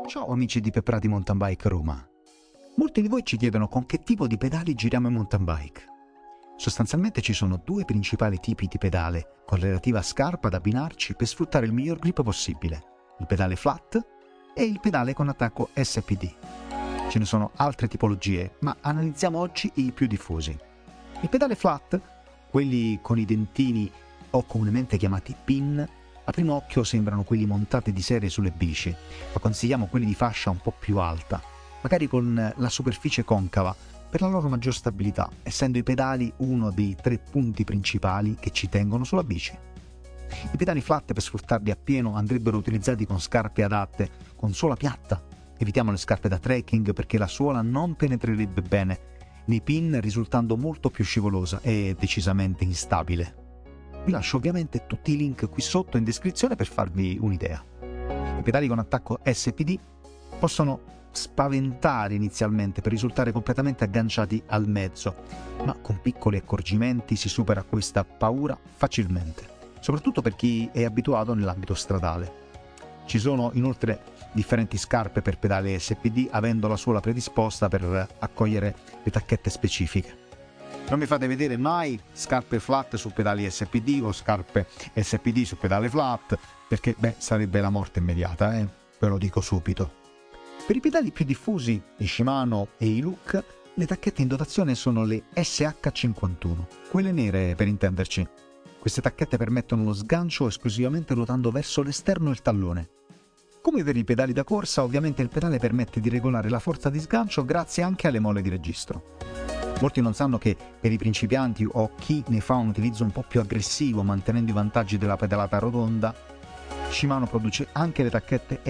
Ciao amici di Pepprati Mountain Bike Roma. Molti di voi ci chiedono con che tipo di pedali giriamo in mountain bike. Sostanzialmente ci sono due principali tipi di pedale con relativa scarpa da abbinarci per sfruttare il miglior grip possibile: il pedale flat e il pedale con attacco SPD. Ce ne sono altre tipologie, ma analizziamo oggi i più diffusi. Il pedale flat, quelli con i dentini o comunemente chiamati pin, a primo occhio sembrano quelli montati di serie sulle bici, ma consigliamo quelli di fascia un po' più alta, magari con la superficie concava, per la loro maggior stabilità, essendo i pedali uno dei 3 punti principali che ci tengono sulla bici. I pedali flat, per sfruttarli appieno, andrebbero utilizzati con scarpe adatte, con suola piatta. Evitiamo le scarpe da trekking perché la suola non penetrerebbe bene nei pin, risultando molto più scivolosa e decisamente instabile. Vi lascio ovviamente tutti i link qui sotto in descrizione per farvi un'idea. I pedali con attacco SPD possono spaventare inizialmente per risultare completamente agganciati al mezzo, ma con piccoli accorgimenti si supera questa paura facilmente, soprattutto per chi è abituato nell'ambito stradale. Ci sono inoltre differenti scarpe per pedale SPD, avendo la suola predisposta per accogliere le tacchette specifiche. Non mi fate vedere mai scarpe flat su pedali SPD o scarpe SPD su pedale flat, perché sarebbe la morte immediata, ve lo dico subito. Per i pedali più diffusi, i Shimano e i Look, le tacchette in dotazione sono le SH51, quelle nere per intenderci. Queste tacchette permettono lo sgancio esclusivamente ruotando verso l'esterno del tallone. Come per i pedali da corsa, ovviamente il pedale permette di regolare la forza di sgancio grazie anche alle molle di registro. Molti non sanno che per i principianti o chi ne fa un utilizzo un po' più aggressivo mantenendo i vantaggi della pedalata rotonda, Shimano produce anche le tacchette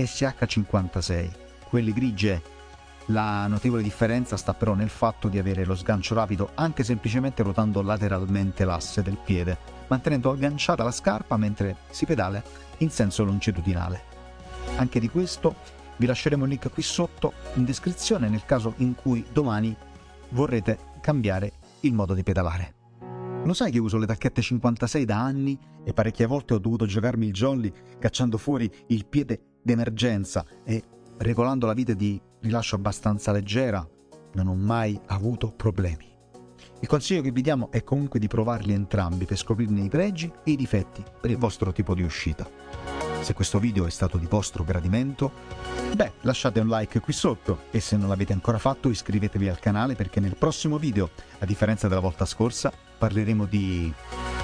SH56, quelle grigie. La notevole differenza sta però nel fatto di avere lo sgancio rapido anche semplicemente ruotando lateralmente l'asse del piede, mantenendo agganciata la scarpa mentre si pedala in senso longitudinale. Anche di questo vi lasceremo il link qui sotto in descrizione nel caso in cui domani vorrete cambiare il modo di pedalare. Lo sai che uso le tacchette 56 da anni e parecchie volte ho dovuto giocarmi il jolly cacciando fuori il piede d'emergenza e regolando la vite di rilascio abbastanza leggera. Non ho mai avuto problemi. Il consiglio che vi diamo è comunque di provarli entrambi per scoprirne i pregi e i difetti per il vostro tipo di uscita. Se questo video è stato di vostro gradimento, lasciate un like qui sotto e se non l'avete ancora fatto iscrivetevi al canale perché nel prossimo video, a differenza della volta scorsa, parleremo di